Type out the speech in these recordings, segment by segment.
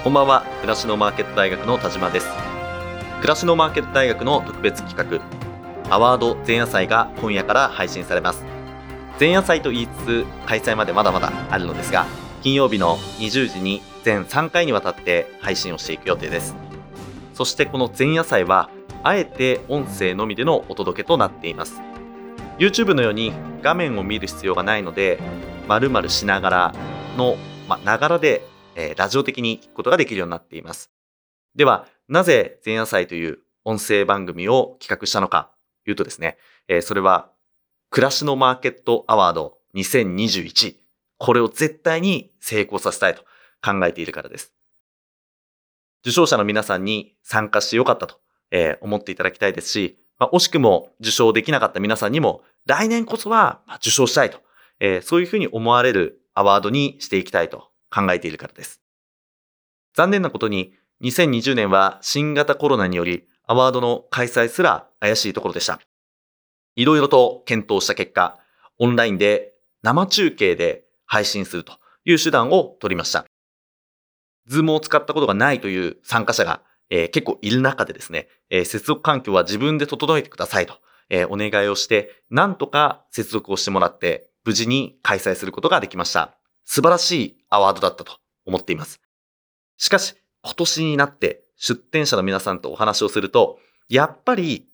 こんばんは。暮らしのマーケット大学の田島です。暮らしのマーケット大学の特別企画、アワード前夜祭が今夜から配信されます。前夜祭と言いつつ開催までまだまだあるのですが、金曜日の20時に全3回にわたって配信をしていく予定です。そしてこの前夜祭はあえて音声のみでのお届けとなっています。 YouTube のように画面を見る必要がないので、〇〇しながらのながらでラジオ的に聞くことができるようになっています。では、なぜ前夜祭という音声番組を企画したのかというとですね、それは暮らしのマーケットアワード2021、これを絶対に成功させたいと考えているからです。受賞者の皆さんに参加してよかったと思っていただきたいですし、惜しくも受賞できなかった皆さんにも来年こそは受賞したいと、そういうふうに思われるアワードにしていきたいと考えているからです。残念なことに2020年は新型コロナによりアワードの開催すら怪しいところでした。いろいろと検討した結果、オンラインで生中継で配信するという手段を取りました。Zoom を使ったことがないという参加者が、結構いる中でですね、接続環境は自分で整えてくださいと、お願いをして、なんとか接続をしてもらって無事に開催することができました。素晴らしいアワードだったと思っています。しかし、今年になって出展者の皆さんとお話をすると、やっぱり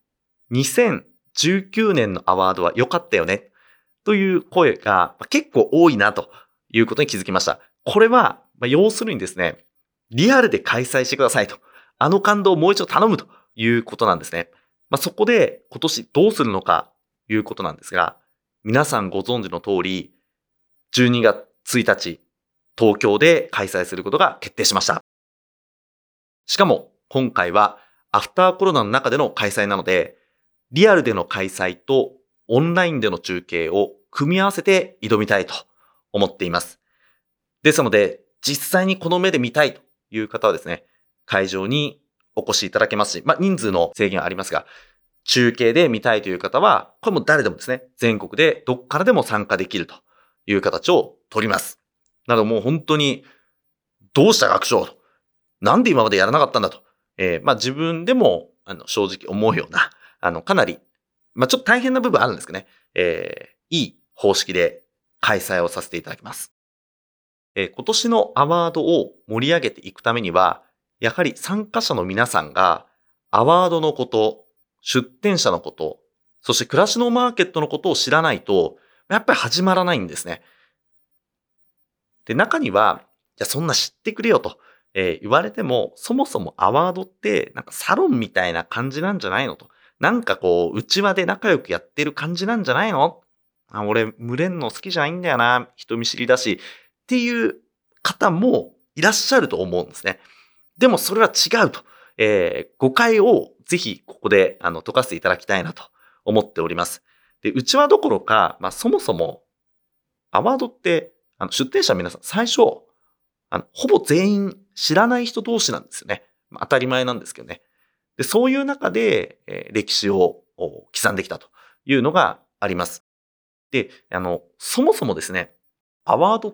2019年のアワードは良かったよねという声が結構多いなということに気づきました。これは要するにですね、リアルで開催してくださいと。あの感動をもう一度頼むということなんですね。そこで今年どうするのかということなんですが、皆さんご存知の通り、12月1日、東京で開催することが決定しました。しかも今回はアフターコロナの中での開催なので、リアルでの開催とオンラインでの中継を組み合わせて挑みたいと思っています。ですので、実際にこの目で見たいという方はですね、会場にお越しいただけますし、人数の制限はありますが、中継で見たいという方は、これも誰でもですね、全国でどっからでも参加できるという形を取ります。なのでもう本当に、どうした学長と。なんで今までやらなかったんだと。自分でも正直思うような、かなり、ちょっと大変な部分あるんですけどね、いい方式で開催をさせていただきます。今年のアワードを盛り上げていくためには、やはり参加者の皆さんがアワードのこと、出展者のこと、そして暮らしのマーケットのことを知らないと、やっぱり始まらないんですね。で、中には、じゃあそんな知ってくれよと、言われても、そもそもアワードってなんかサロンみたいな感じなんじゃないのと。なんかこう、内輪で仲良くやってる感じなんじゃないの？俺、群れんの好きじゃないんだよな。人見知りだし。っていう方もいらっしゃると思うんですね。でもそれは違うと。誤解をぜひここで解かせていただきたいなと思っております。で、内輪どころか、そもそもアワードって出展者の皆さん最初、ほぼ全員知らない人同士なんですよね。当たり前なんですけどね。で、そういう中で、歴史を刻んできたというのがあります。で、そもそもですね、アワードって、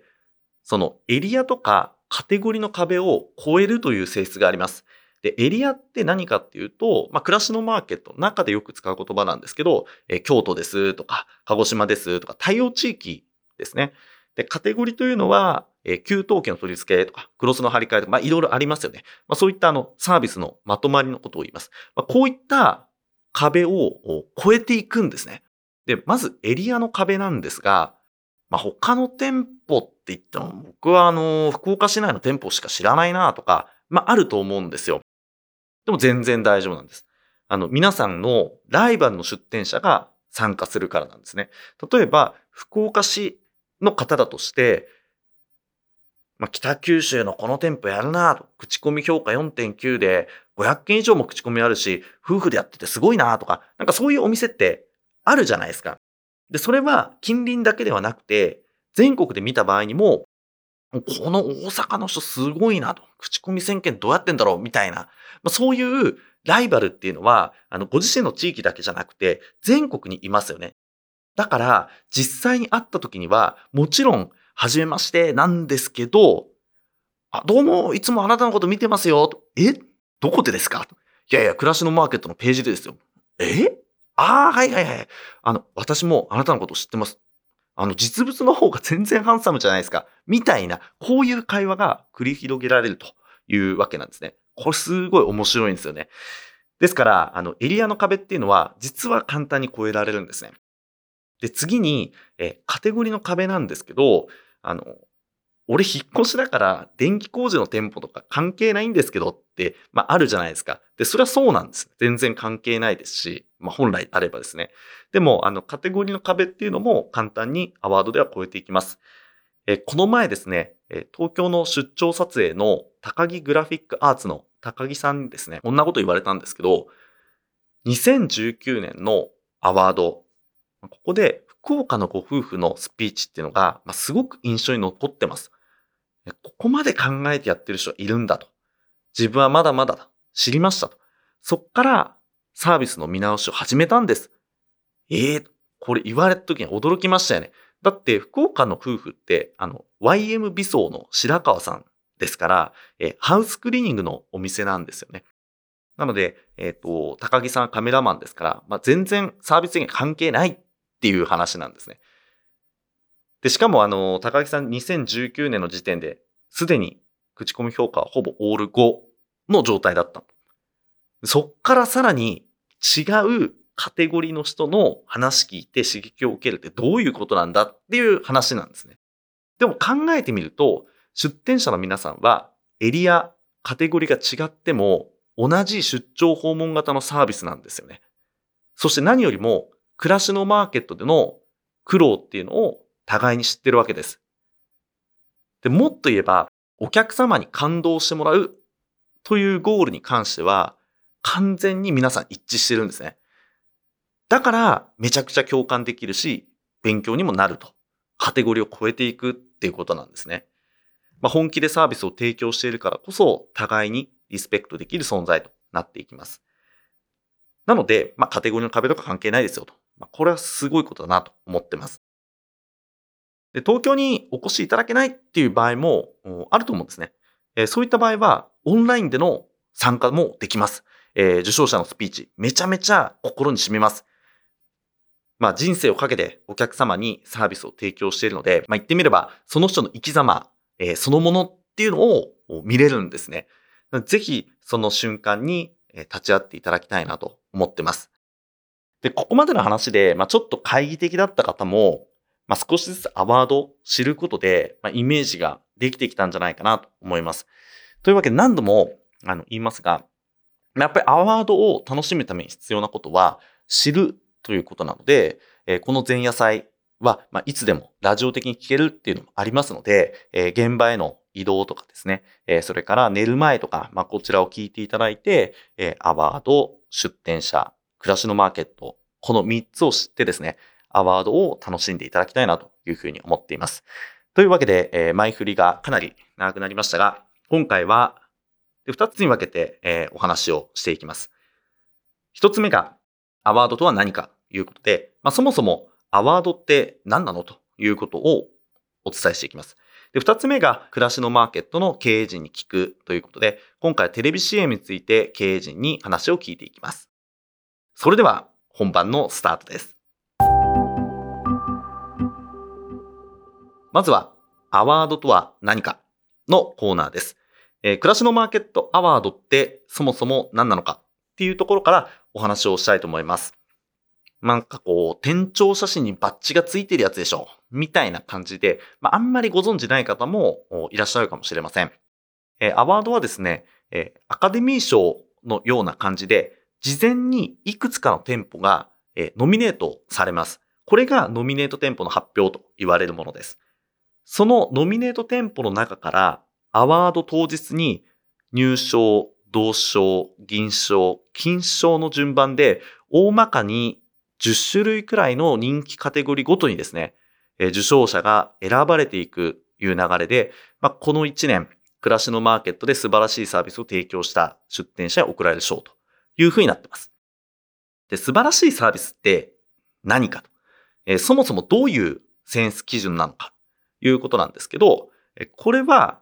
そのエリアとかカテゴリーの壁を超えるという性質があります。で、エリアって何かっていうと、暮らしのマーケットの中でよく使う言葉なんですけど、京都ですとか、鹿児島ですとか、対応地域ですね。で、カテゴリーというのは、給湯器の取り付けとか、クロスの張り替えとか、いろいろありますよね。そういったサービスのまとまりのことを言います。こういった壁を超えていくんですね。で、まずエリアの壁なんですが、他の店舗って言っても、僕は福岡市内の店舗しか知らないなとか、あると思うんですよ。でも全然大丈夫なんです。皆さんのライバルの出店者が参加するからなんですね。例えば、福岡市の方だとして、北九州のこの店舗やるなと、口コミ評価 4.9 で500件以上も口コミあるし、夫婦でやっててすごいなとか、なんかそういうお店ってあるじゃないですか。で、それは近隣だけではなくて、全国で見た場合にも、この大阪の人すごいなと、口コミ1000件どうやってんだろうみたいな、そういうライバルっていうのは、ご自身の地域だけじゃなくて、全国にいますよね。だから、実際に会った時には、もちろん、初めましてなんですけど、 どうも、いつもあなたのこと見てますよ。とどこでですかと。いやいや、暮らしのマーケットのページでですよ。はいはいはい。私もあなたのこと知ってます。実物の方が全然ハンサムじゃないですか。みたいな、こういう会話が繰り広げられるというわけなんですね。これすごい面白いんですよね。ですから、エリアの壁っていうのは、実は簡単に越えられるんですね。で、次に、カテゴリーの壁なんですけど、あの、俺引っ越しだから電気工事の店舗とか関係ないんですけどって、あるじゃないですか。で、それはそうなんです。全然関係ないですし、本来あればですね。でも、カテゴリーの壁っていうのも簡単にアワードでは超えていきます。この前ですね、東京の出張撮影の高木グラフィックアーツの高木さんにですね、こんなこと言われたんですけど、2019年のアワード、ここで福岡のご夫婦のスピーチっていうのが、すごく印象に残ってます。ここまで考えてやってる人いるんだと。自分はまだまだだ。知りましたと。そっからサービスの見直しを始めたんです。これ言われた時に驚きましたよね。だって福岡の夫婦って、YM 美装の白川さんですから、ハウスクリーニングのお店なんですよね。なので、高木さんはカメラマンですから、全然サービスに関係ないっていう話なんですね。で、しかも高木さん2019年の時点で、すでに口コミ評価はほぼオール5の状態だった。そっからさらに違うカテゴリーの人の話聞いて刺激を受けるってどういうことなんだっていう話なんですね。でも考えてみると、出店者の皆さんはエリア、カテゴリーが違っても同じ出張訪問型のサービスなんですよね。そして何よりも暮らしのマーケットでの苦労っていうのを互いに知ってるわけです。で、もっと言えば、お客様に感動してもらうというゴールに関しては、完全に皆さん一致してるんですね。だから、めちゃくちゃ共感できるし、勉強にもなると。カテゴリーを超えていくっていうことなんですね。本気でサービスを提供しているからこそ、互いにリスペクトできる存在となっていきます。なので、カテゴリーの壁とか関係ないですよと。これはすごいことだなと思ってます。で、東京にお越しいただけないっていう場合もあると思うんですね。そういった場合は、オンラインでの参加もできます。受賞者のスピーチ、めちゃめちゃ心に染みます。人生をかけてお客様にサービスを提供しているので、言ってみれば、その人の生き様、そのものっていうのを見れるんですね。ぜひ、その瞬間に立ち会っていただきたいなと思ってます。で、ここまでの話で、ちょっと懐疑的だった方も、少しずつアワードを知ることで、イメージができてきたんじゃないかなと思います。というわけで何度も言いますが、やっぱりアワードを楽しむために必要なことは知るということなので、この前夜祭は、いつでもラジオ的に聞けるっていうのもありますので、現場への移動とかですね、それから寝る前とか、こちらを聞いていただいて、アワード、出店者、暮らしのマーケット、この3つを知ってですね、アワードを楽しんでいただきたいなというふうに思っています。というわけで、前振りがかなり長くなりましたが、今回は2つに分けて、お話をしていきます。1つ目が、アワードとは何かということで、そもそもアワードって何なのということをお伝えしていきます。で、2つ目が、暮らしのマーケットの経営陣に聞くということで、今回はテレビ CM について経営陣に話を聞いていきます。それでは、本番のスタートです。まずは、アワードとは何かのコーナーです。暮らしのマーケットアワードってそもそも何なのかっていうところからお話をしたいと思います。店長写真にバッジがついてるやつでしょみたいな感じで、あんまりご存知ない方もいらっしゃるかもしれません。アワードはですね、アカデミー賞のような感じで、事前にいくつかの店舗がノミネートされます。これがノミネート店舗の発表と言われるものです。そのノミネート店舗の中からアワード当日に入賞、銅賞、銀賞、金賞の順番で大まかに10種類くらいの人気カテゴリーごとにですね、受賞者が選ばれていくという流れで、この1年、暮らしのマーケットで素晴らしいサービスを提供した出店者へ贈られる賞というふうになっています。で、素晴らしいサービスって何かと、そもそもどういうセンス基準なのかということなんですけど、これは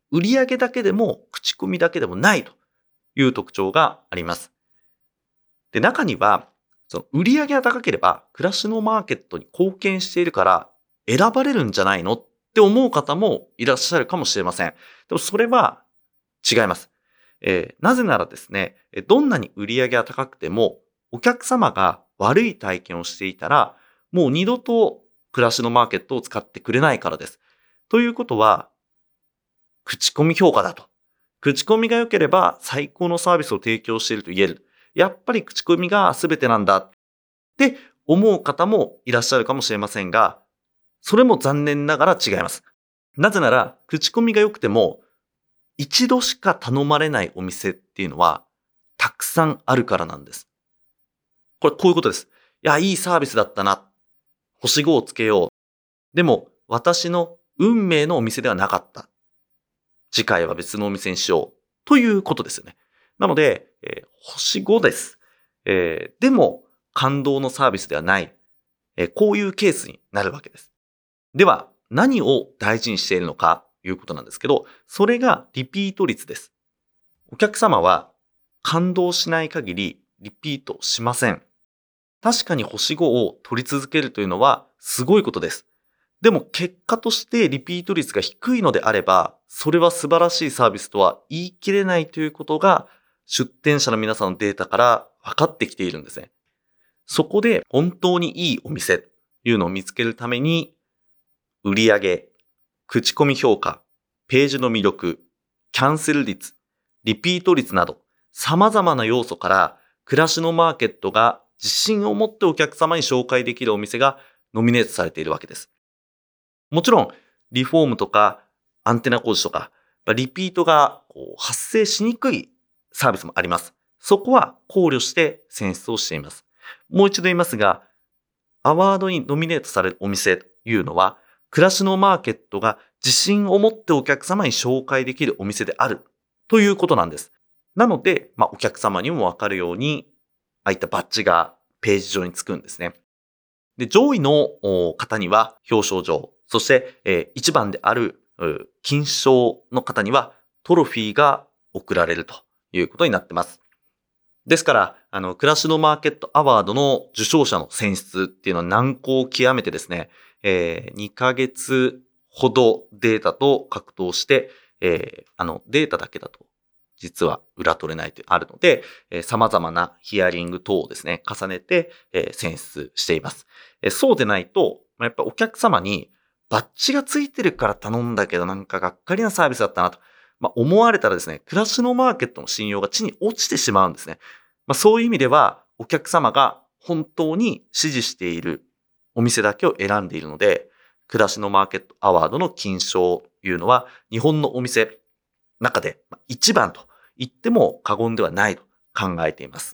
売上だけでも口コミだけでもないという特徴があります。で、中には、その売上が高ければ暮らしのマーケットに貢献しているから選ばれるんじゃないのって思う方もいらっしゃるかもしれません。でもそれは違います。なぜならですね、どんなに売り上げが高くても、お客様が悪い体験をしていたら、もう二度と暮らしのマーケットを使ってくれないからです。ということは、口コミ評価だと。口コミが良ければ最高のサービスを提供していると言える。やっぱり口コミが全てなんだって思う方もいらっしゃるかもしれませんが、それも残念ながら違います。なぜなら、口コミが良くても、一度しか頼まれないお店っていうのは、たくさんあるからなんです。こういうことです。いや、いいサービスだったな。星5をつけよう。でも、私の運命のお店ではなかった。次回は別のお店にしよう。ということですよね。なので、星5です。でも、感動のサービスではない。こういうケースになるわけです。では、何を大事にしているのかということなんですけど、それがリピート率です。お客様は感動しない限りリピートしません。確かに星5を取り続けるというのはすごいことです。でも結果としてリピート率が低いのであれば、それは素晴らしいサービスとは言い切れないということが出店者の皆さんのデータから分かってきているんですね。そこで本当にいいお店というのを見つけるために、売上、口コミ評価、ページの魅力、キャンセル率、リピート率など様々な要素から暮らしのマーケットが自信を持ってお客様に紹介できるお店がノミネートされているわけです。もちろん、リフォームとかアンテナ工事とか、リピートが発生しにくいサービスもあります。そこは考慮して選出をしています。もう一度言いますが、アワードにノミネートされるお店というのは、暮らしのマーケットが自信を持ってお客様に紹介できるお店であるということなんです。なので、お客様にもわかるように、ああいったバッジがページ上につくんですね。で、上位の方には表彰状、そして、1番である金賞の方にはトロフィーが贈られるということになっています。ですから、暮らしのマーケットアワードの受賞者の選出っていうのは難航を極めてですね、2ヶ月ほどデータと格闘して、データだけだと実は裏取れないというあるので、様々なヒアリング等をですね、重ねて、選出しています。そうでないと、やっぱお客様にバッジがついてるから頼んだけどなんかがっかりなサービスだったなと、思われたらですね、暮らしのマーケットの信用が地に落ちてしまうんですね。そういう意味では、お客様が本当に支持しているお店だけを選んでいるので、暮らしのマーケットアワードの金賞というのは、日本のお店中で一番と言っても過言ではないと考えています。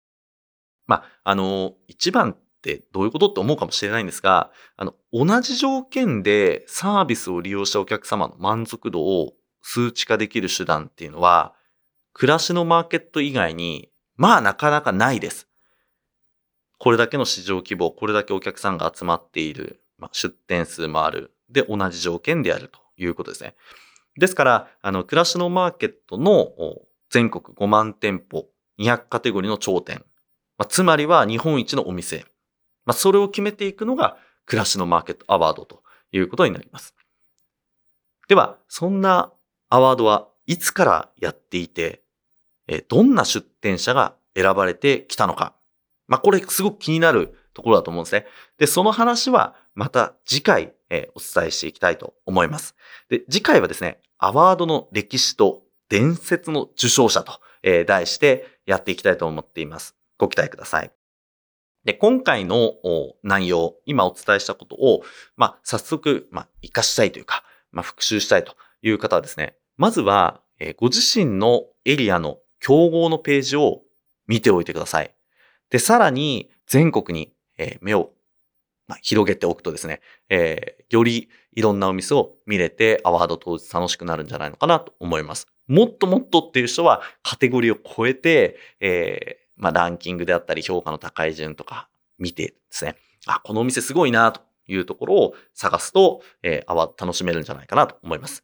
一番ってどういうことって思うかもしれないんですが、同じ条件でサービスを利用したお客様の満足度を数値化できる手段っていうのは、暮らしのマーケット以外になかなかないです。これだけの市場規模、これだけお客さんが集まっている、出店数もある。で、同じ条件であるということですね。ですから、暮らしのマーケットの全国5万店舗、200カテゴリーの頂点。つまりは日本一のお店。それを決めていくのが、暮らしのマーケットアワードということになります。では、そんなアワードはいつからやっていて、どんな出展者が選ばれてきたのか。これすごく気になるところだと思うんですね。で、その話はまた次回、お伝えしていきたいと思います。で、次回はですね、アワードの歴史と伝説の受賞者と、題してやっていきたいと思っています。ご期待ください。で、今回の内容、今お伝えしたことを、早速、活かしたいというか、復習したいという方はですね、まずは、ご自身のエリアの競合のページを見ておいてください。で、さらに全国に目を広げておくとですね、よりいろんなお店を見れてアワード当日楽しくなるんじゃないのかなと思います。もっともっとっていう人はカテゴリーを超えて、ランキングであったり評価の高い順とか見てですね、このお店すごいなというところを探すと、アワード楽しめるんじゃないかなと思います。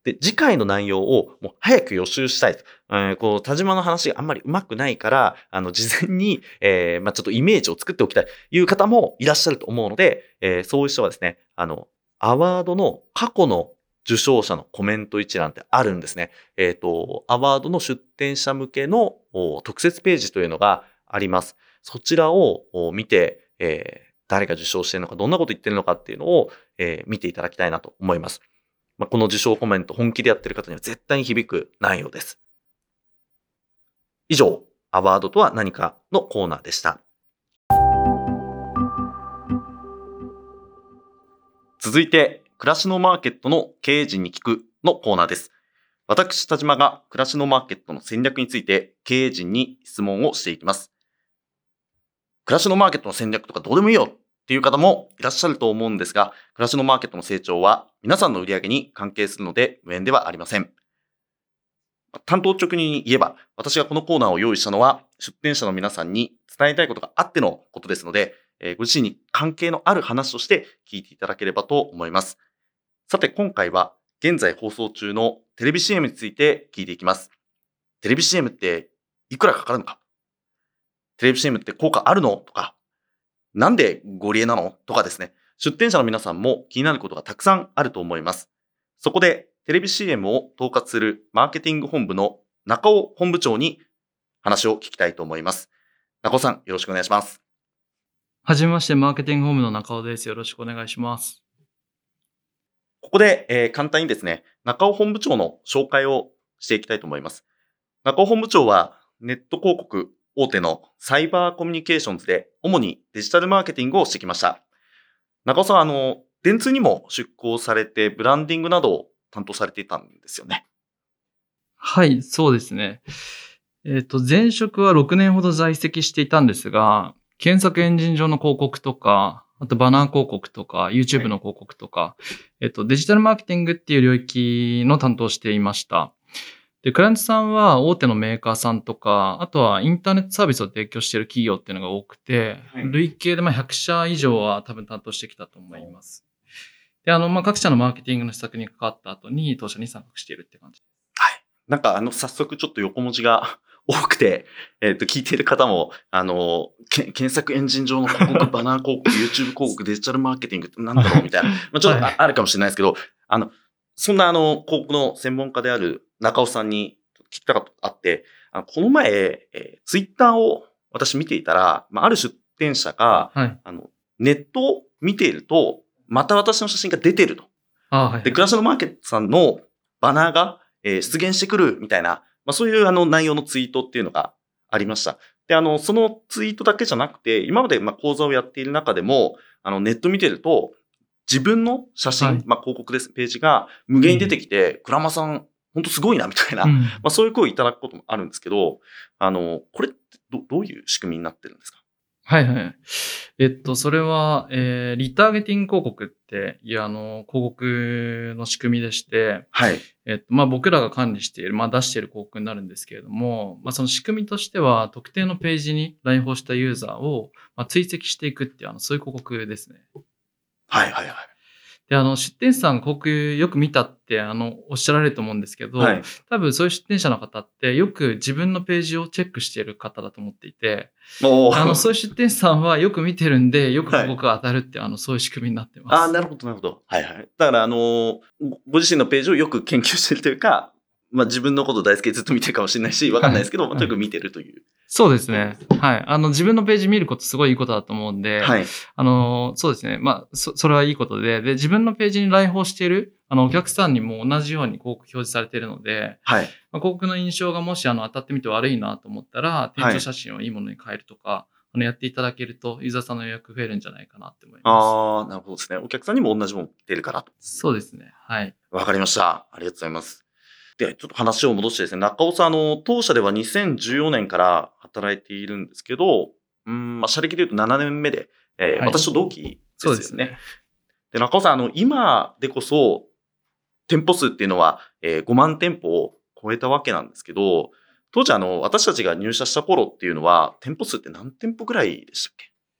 で、次回の内容をもう早く予習したいと。田島の話があんまり上手くないから、事前に、ちょっとイメージを作っておきたいという方もいらっしゃると思うので、そういう人はですね、アワードの過去の受賞者のコメント一覧ってあるんですね。アワードの出展者向けの特設ページというのがあります。そちらを見て、誰が受賞しているのか、どんなこと言ってるのかっていうのを、見ていただきたいなと思います。この受賞コメント本気でやってる方には絶対に響く内容です。以上、アワードとは何かのコーナーでした。続いて、暮らしのマーケットの経営陣に聞くのコーナーです。私、田島が暮らしのマーケットの戦略について経営陣に質問をしていきます。暮らしのマーケットの戦略とかどうでもいいよっていう方もいらっしゃると思うんですが、暮らしのマーケットの成長は皆さんの売り上げに関係するので無縁ではありません。単刀直入に言えば、私がこのコーナーを用意したのは、出展者の皆さんに伝えたいことがあってのことですので、ご自身に関係のある話として聞いていただければと思います。さて、今回は現在放送中のテレビ CM について聞いていきます。テレビ CM っていくらかかるのか？テレビ CM って効果あるの？とか、なんでゴリエなの？とかですね、出展者の皆さんも気になることがたくさんあると思います。そこで、テレビ CM を統括するマーケティング本部の中尾本部長に話を聞きたいと思います。中尾さん、よろしくお願いします。 はじめまして、マーケティング本部の中尾です。よろしくお願いします。 ここで、簡単にですね、中尾本部長の紹介をしていきたいと思います。中尾本部長は、ネット広告大手のサイバーコミュニケーションズで、主にデジタルマーケティングをしてきました。中尾さん、電通にも出向されて、ブランディングなどを担当されていたんですよね。 はい、そうですね。前職は6年ほど在籍していたんですが、検索エンジン上の広告とか、あとバナー広告とか、YouTube の広告とか、デジタルマーケティングっていう領域の担当をしていました。で、クライアントさんは大手のメーカーさんとか、あとはインターネットサービスを提供している企業っていうのが多くて、累計で100社以上は多分担当してきたと思います。で、各社のマーケティングの施策に関わった後に、当社に参画しているって感じ。 はい。なんか早速ちょっと横文字が多くて、聞いている方も、検索エンジン上の広告、バナー広告、YouTube 広告、デジタルマーケティングってなんだろうみたいな、ちょっとあるかもしれないですけど、そんな広告の専門家である中尾さんに聞きたかったあって、この前、ツイッターを私見ていたら、ある出展者が、ネットを見ていると、また私の写真が出てると。で、暮らしのマーケットさんのバナーが、出現してくるみたいな、そういう内容のツイートっていうのがありました。で、そのツイートだけじゃなくて、今まで講座をやっている中でも、ネット見てると、自分の写真、広告です、ページが無限に出てきて、倉間さん、本当すごいな、みたいな、そういう声をいただくこともあるんですけど、これってどういう仕組みになってるんですか？ はいはい。それは、リターゲティング広告っていう広告の仕組みでして、 はい。 僕らが管理している、出している広告になるんですけれども、その仕組みとしては、特定のページに来訪したユーザーを、追跡していくっていう、そういう広告ですね。 はいはいはい。 で、出店者さん広告よく見たって、おっしゃられると思うんですけど、多分そういう出店者の方ってよく自分のページをチェックしている方だと思っていて、そういう出店者さんはよく見てるんで、よく広告が当たるって、そういう仕組みになってます。 なるほど、なるほど。はいはい。だから、ご自身のページをよく研究しているというか、自分のこと大好きでずっと見てるかもしれないし、わかんないですけど、とにかく見てるという。 そうですね。はい。自分のページ見ることすごいいいことだと思うんで、 はい。 そうですね。それはいいことで、自分のページに来訪している、お客さんにも同じように広告表示されているので、 はい。 広告の印象がもし当たってみて悪いなと思ったら、店長写真をいいものに変えるとか、やっていただけると、ユーザーさんの予約増えるんじゃないかなって思います。 なるほどですね。お客さんにも同じもの出るからと。 そうですね。はい。 わかりました。ありがとうございます。で、ちょっと話を戻してですね、中尾さん、当社では2014年から働いているんですけど、社歴で言うと7年目で、私と同期ですよね。 そうですね。 で、中尾さん、今でこそ、店舗数っていうのは、5万店舗を超えたわけなんですけど、当時私たちが入社した頃っていうのは、店舗数って何店舗ぐらいでしたっけ？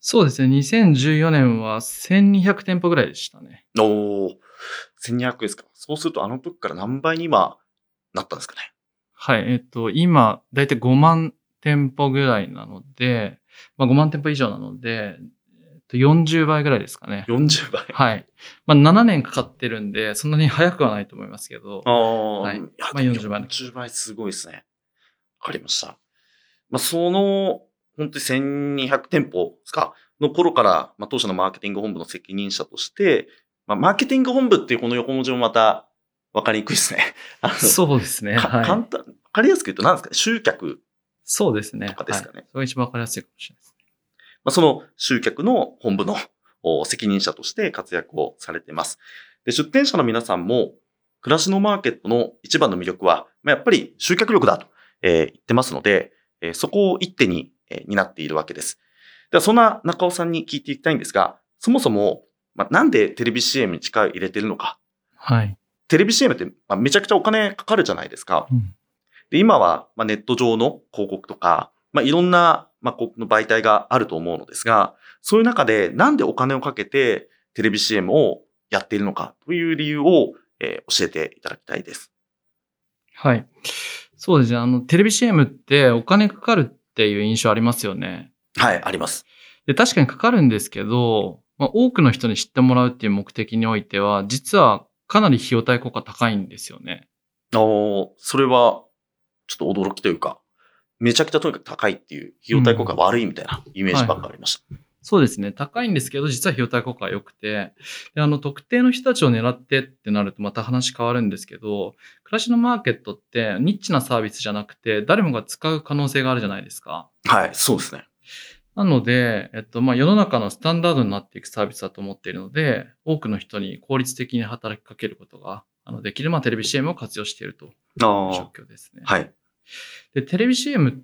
そうですね。2014年は1200店舗ぐらいでしたね。 おー、1200ですか。そうするとあの時から何倍に今なったんですかね。 はい。今、だいたい5万店舗ぐらいなので、5万店舗以上なので、40倍ぐらいですかね。 40倍。 はい。7年かかってるんで、そんなに早くはないと思いますけど、はい。 いや、でも 40倍の。 40倍すごいですね。わかりました。その、本当に1200店舗ですかの頃から、当社のマーケティング本部の責任者として、マーケティング本部っていうこの横文字もまた分かりにくいですね。 そうですね。はい。 簡単、分かりやすく言うと何ですかね、集客そうですね。 とかですかね。 はい。それが一番わかりやすいかもしれないです。 その集客の本部の責任者として活躍をされています。で、出店者の皆さんも、暮らしのマーケットの一番の魅力は、やっぱり集客力だと、言ってますので、そこを一手に、担っているわけです。では、そんな中尾さんに聞いていきたいんですが、そもそも、なんでテレビ CM に力を入れてるのか。 はい。 テレビ CM って、めちゃくちゃお金かかるじゃないですか。で、今は、ネット上の広告とか、いろんな、広告の媒体があると思うのですが、そういう中でなんでお金をかけてテレビ CM をやっているのかという理由を、教えていただきたいです。 はい。そうですね。テレビ CM ってお金かかるっていう印象ありますよね。 はい、あります。 で、確かにかかるんですけど、多くの人に知ってもらうっていう目的においては、実はかなり費用対効果高いんですよね。 それはちょっと驚きというか、めちゃくちゃとにかく高いっていう費用対効果が悪いみたいなイメージばっかありました。 そうですね。高いんですけど、実は費用対効果が良くて、で、特定の人たちを狙ってってなるとまた話変わるんですけど、暮らしのマーケットってニッチなサービスじゃなくて、誰もが使う可能性があるじゃないですか。 はい、そうですね。 なので、世の中のスタンダードになっていくサービスだと思っているので、多くの人に効率的に働きかけることが、できる、テレビ CM を活用しているという状況ですね。 はい。 で、テレビ CM って、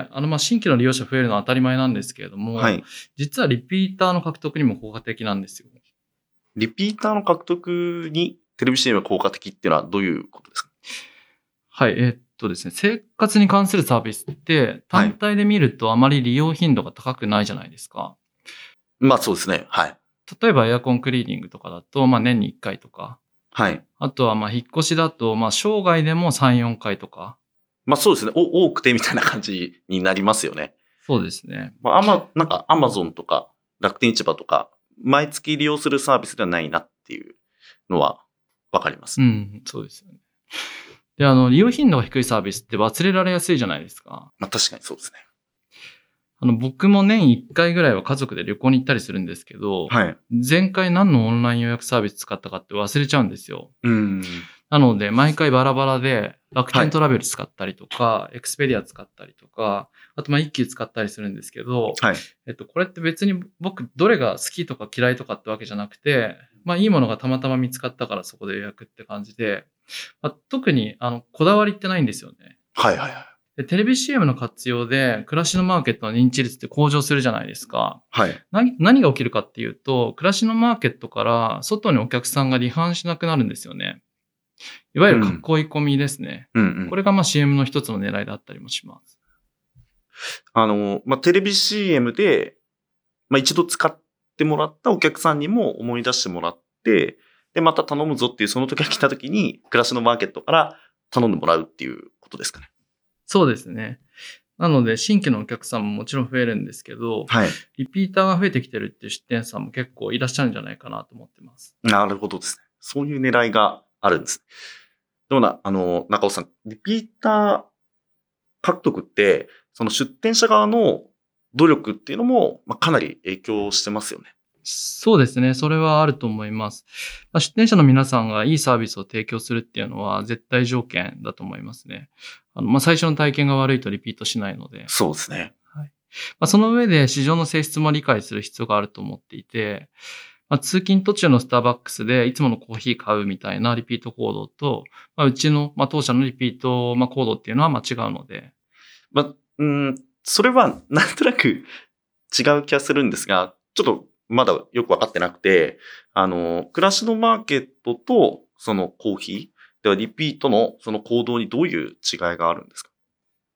新規の利用者増えるのは当たり前なんですけれども、 はい。 実はリピーターの獲得にも効果的なんですよ。 リピーターの獲得にテレビ CM が効果的っていうのはどういうことですか？ はい、ですね、生活に関するサービスって、単体で見るとあまり利用頻度が高くないじゃないですか。 そうですね。はい。 例えばエアコンクリーニングとかだと、年に1回とか。 はい。 あとは、引っ越しだと、生涯でも3、4回とか。 そうですね。多くてみたいな感じになりますよね。 そうですね。 なんか Amazon とか楽天市場とか、毎月利用するサービスではないなっていうのはわかります。 うん、そうですよね。で、利用頻度が低いサービスって忘れられやすいじゃないですか。 確かにそうですね。 僕も年1回ぐらいは家族で旅行に行ったりするんですけど、 はい。 前回何のオンライン予約サービス使ったかって忘れちゃうんですよ。なので、毎回バラバラで、楽天トラベル使ったりとか、エクスペディア使ったりとか、あと一休使ったりするんですけど、 はい。 これって別に僕、どれが好きとか嫌いとかってわけじゃなくて、いいものがたまたま見つかったからそこで予約って感じで、特に、こだわりってないんですよね。 はいはいはい。 で、テレビ CM の活用で、暮らしのマーケットの認知率って向上するじゃないですか。 はい。 何が起きるかっていうと、暮らしのマーケットから外にお客さんが離反しなくなるんですよね。いわゆる囲い込みですね。これがCM の一つの狙いだったりもします。 テレビ CM で、一度使ってもらったお客さんにも思い出してもらって、で、また頼むぞっていうその時が来た時に、暮らしのマーケットから頼んでもらうっていうことですかね。 そうですね。なので、新規のお客さんももちろん増えるんですけど、 はい。 リピーターが増えてきてるっていう出店さんも結構いらっしゃるんじゃないかなと思ってます。 なるほどですね。そういう狙いがあるんです。でも中尾さん、リピーター獲得って、その出店者側の努力っていうのも、かなり影響してますよね。 そうですね。それはあると思います。出店者の皆さんがいいサービスを提供するっていうのは絶対条件だと思いますね。最初の体験が悪いとリピートしないので。 そうですね。 はい。その上で市場の性質も理解する必要があると思っていて、通勤途中のスターバックスでいつものコーヒー買うみたいなリピート行動と、うちの、当社のリピート、行動っていうのは違うので。 それはなんとなく違う気がするんですが、ちょっとまだよくわかってなくて、暮らしのマーケットとそのコーヒーではリピートのその行動にどういう違いがあるんですか？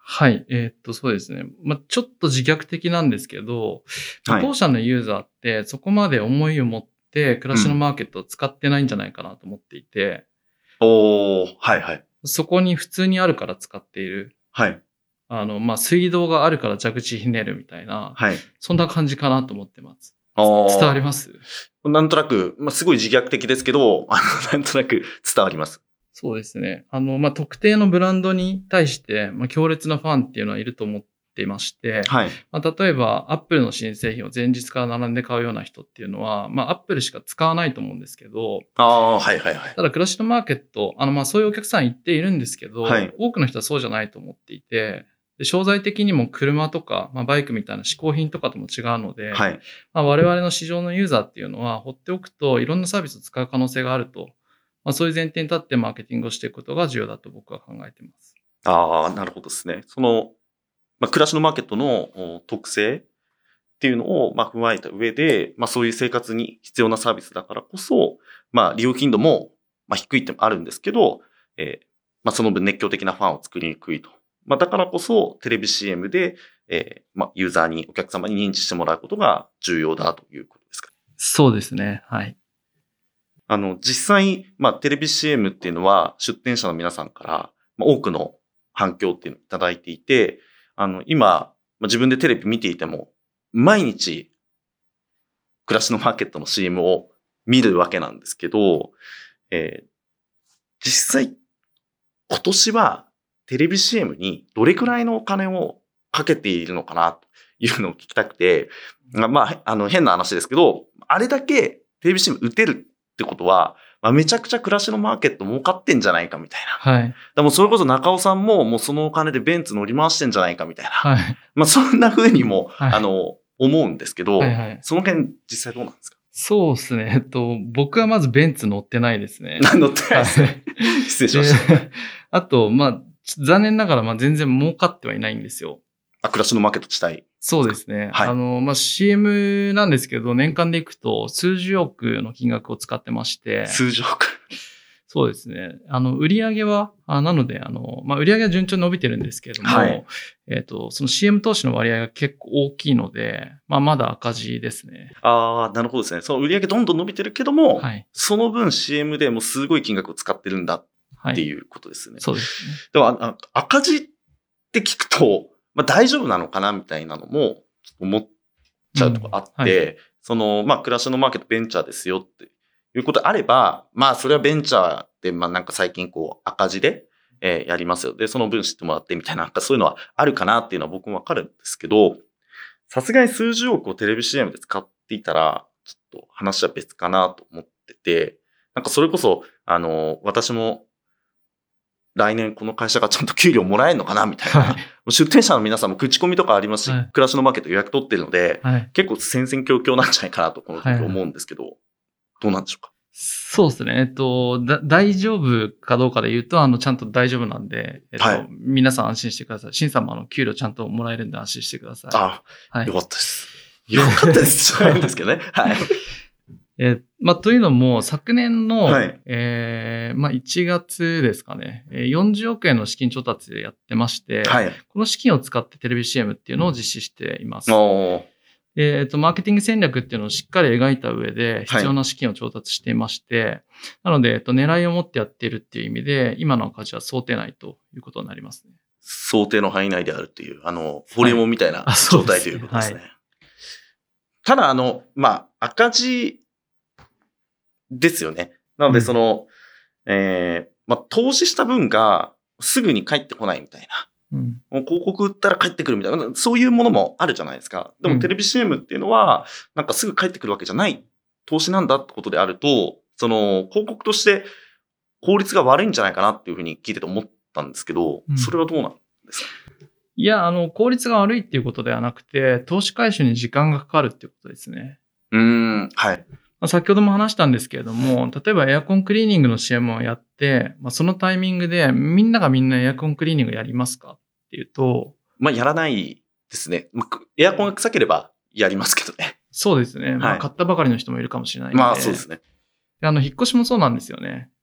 はい。そうですね。ちょっと自虐的なんですけど、 はい。 当社のユーザーってそこまで思いを持って暮らしのマーケットを使ってないんじゃないかなと思っていて、 おー、はいはい。 そこに普通にあるから使っている。 はい。 水道があるから蛇口ひねるみたいな、 はい。 そんな感じかなと思ってます。伝わりあます？ ー、なんとなく、すごい自虐的ですけど、なんとなく伝わります。 そうですね。特定のブランドに対して、強烈なファンっていうのはいると思っていまして、 はい。 例えば、アップルの新製品を前日から並んで買うような人っていうのは、アップルしか使わないと思うんですけど、 あー、はいはいはい。 ただ、暮らしのマーケット、そういうお客さん言っているんですけど、 はい。 多くの人はそうじゃないと思っていて、で商材的にも車とか、バイクみたいな嗜好品とかとも違うので、 はい。 我々の市場のユーザーっていうのは、放っておくといろんなサービスを使う可能性があると、そういう前提に立ってマーケティングをしていくことが重要だと僕は考えています。 ああ、なるほどですね。暮らしのマーケットの特性っていうのを、踏まえた上で、そういう生活に必要なサービスだからこそ、利用頻度も、低いってもあるんですけど、その分熱狂的なファンを作りにくいと。だからこそ、テレビ CM で、ユーザーに、お客様に認知してもらうことが重要だということですか？ そうですね。はい。 実際、テレビ CM っていうのは、出展者の皆さんから、多くの反響っていうのをいただいていて、今、自分でテレビ見ていても、毎日、暮らしのマーケットの CM を見るわけなんですけど、実際、今年はテレビ CM にどれくらいのお金をかけているのかなというのを聞きたくて、変な話ですけど、あれだけテレビ CM 打てるってことは、めちゃくちゃ暮らしのマーケット儲かってんじゃないかみたいな。 はい。 でもそれこそ中尾さんももうそのお金でベンツ乗り回してんじゃないかみたいな。 はい。 そんな風にも、 はい思うんですけど、 はいはい。 その辺実際どうなんですか？ そうですね。僕はまずベンツ乗ってないですね。 乗ってないですね。失礼しました。 で、あと、残念ながら、全然儲かってはいないんですよ。 暮らしのマーケット自体。 そうですね。 はい CM なんですけど、年間でいくと数十億の金額を使ってまして。 数十億。 そうですね。売上は、なので、売上は順調に伸びてるんですけれども、 はい。 その CM 投資の割合が結構大きいので、まだ赤字ですね。 ああ、なるほどですね。その売上どんどん伸びてるけども、 はい。 その分 CM でもうすごい金額を使ってるんだっていうことですね。 そうですね。 でも赤字って聞くと、大丈夫なのかなみたいなのも思っちゃうところあって、暮らしのマーケットベンチャーですよっていうことであれば、それはベンチャーで、なんか最近赤字で、やりますよ。で、その分知ってもらってみたいな、なんかそういうのはあるかなっていうのは僕もわかるんですけど、さすがに数十億をテレビ CM で使っていたら、ちょっと話は別かなと思ってて、なんかそれこそ、私も来年この会社がちゃんと給料もらえるのかなみたいな、 はい。 出店者の皆さんも口コミとかありますし、 はい暮らしのマーケット予約取ってるので、 はい。 結構戦々恐々なんじゃないかなとこの時思うんですけど、どうなんでしょうか？ そうですね。大丈夫かどうかで言うと、ちゃんと大丈夫なんで、 はい。 皆さん安心してください。シンさんも給料ちゃんともらえるんで安心してください。 あ、 はい。 よかったです。よかったですじゃないんですけどね。はい。 というのも、昨年の、 はい。 1月ですかね、40億円の資金調達でやってまして、 はい。 この資金を使ってテレビ CM っていうのを実施しています。 おー。 マーケティング戦略っていうのをしっかり描いた上で必要な資金を調達していまして、なので、狙いを持ってやっているっていう意味で、今の赤字は想定内ということになりますね。 想定の範囲内であるっていう、ホリエモンみたいな状態ということですね。 はい、 ただ、赤字ですよね。なので、投資した分がすぐに返ってこないみたいな。もう広告売ったら返ってくるみたいな、そういうものもあるじゃないですか。でもテレビ CM っていうのは、なんかすぐ返ってくるわけじゃない投資なんだってことであると、広告として効率が悪いんじゃないかなっていうふうに聞いてて思ったんですけど、それはどうなんですか？ いや、効率が悪いっていうことではなくて、投資回収に時間がかかるっていうことですね。 はい。 先ほども話したんですけれども、例えばエアコンクリーニングの CM をやって、そのタイミングでみんながみんなエアコンクリーニングやりますかっていうと、 やらないですね。エアコンが臭ければやりますけどね。 そうですね。 はい。 買ったばかりの人もいるかもしれないので。 そうですね。 引っ越しもそうなんですよね。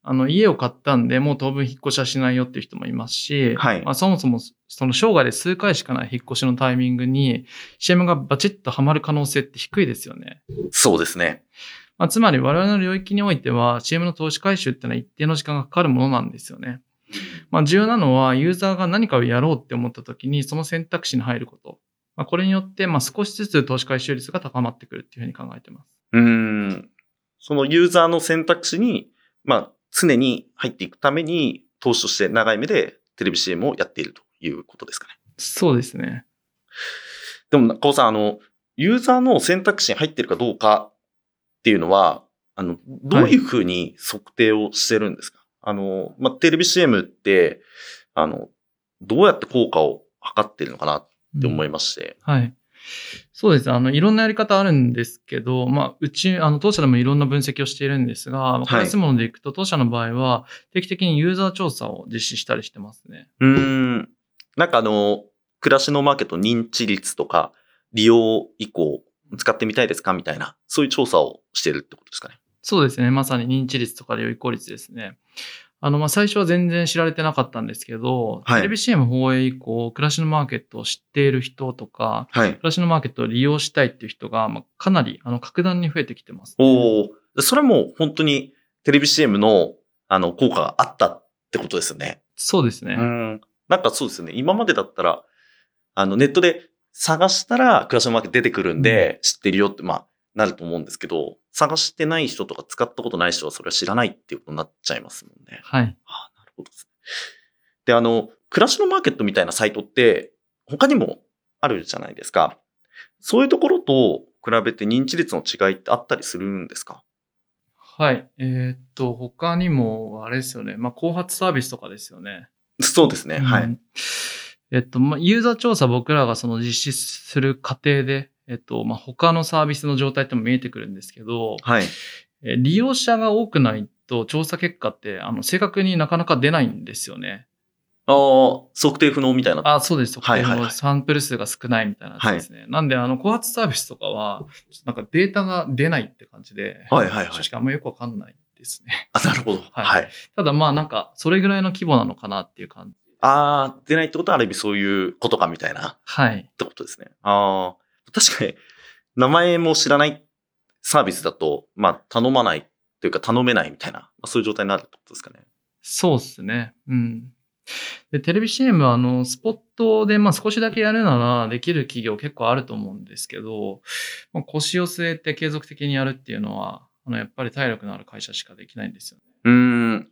家を買ったんで、もう当分引っ越しはしないよっていう人もいますし、 はい。 そもそもその生涯で数回しかない引っ越しのタイミングに CM がバチッとはまる可能性って低いですよね。 そうですね。 つまり我々の領域においては CM の投資回収ってのは一定の時間がかかるものなんですよね。重要なのはユーザーが何かをやろうって思った時にその選択肢に入ること。これによって少しずつ投資回収率が高まってくるっていうふうに考えています。 そのユーザーの選択肢に、常に入っていくために投資として長い目でテレビ CM をやっているということですかね。 そうですね。 でも、中尾さん、ユーザーの選択肢に入っているかどうかっていうのは、どういうふうに測定をしてるんですか？テレビ CM って、どうやって効果を測ってるのかなって思いまして。 はい。そうです。いろんなやり方あるんですけど、当社でもいろんな分析をしているんですが、わかりやすいものでいくと、当社の場合は、定期的にユーザー調査を実施したりしてますね。 なんか暮らしのマーケット認知率とか、利用以降、使ってみたいですかみたいな、そういう調査をしてるってことですかね。 そうですね。まさに認知率とか利用移行率ですね。最初は全然知られてなかったんですけど、 はい、 テレビ CM 放映以降、暮らしのマーケットを知っている人とか、 はい、 暮らしのマーケットを利用したいっていう人が、かなり格段に増えてきてます、 ね。それも本当にテレビ CM の効果があったってことですよね。 そうですね。 なんかそうですよね。今までだったら、ネットで探したら暮らしのマーケット出てくるんで、知ってるよって、なると思うんですけど、探してない人とか使ったことない人はそれは知らないっていうことになっちゃいますもんね。 はい。 なるほどですね。で、暮らしのマーケットみたいなサイトって他にもあるじゃないですか。そういうところと比べて認知率の違いってあったりするんですか？ はい。他にも、あれですよね。後発サービスとかですよね。 そうですね。はい。 ユーザー調査僕らがその実施する過程で、他のサービスの状態っても見えてくるんですけど、 はい。 利用者が多くないと調査結果って正確になかなか出ないんですよね。 測定不能みたいな。 そうです。測定不能。サンプル数が少ないみたいなやつですね。なんで、後発サービスとかは、なんかデータが出ないって感じで、正直あんまよくわかんないですね。 なるほど。はい。 ただなんか、それぐらいの規模なのかなっていう感じ。 出ないってことはある意味そういうことかみたいな。 はい。 ってことですね。確かに、名前も知らないサービスだと、頼まないというか頼めないみたいな、そういう状態になるってことですかね。 そうですね。で、テレビ CM はスポットで少しだけやるならできる企業結構あると思うんですけど、腰を据えて継続的にやるっていうのは、やっぱり体力のある会社しかできないんですよね。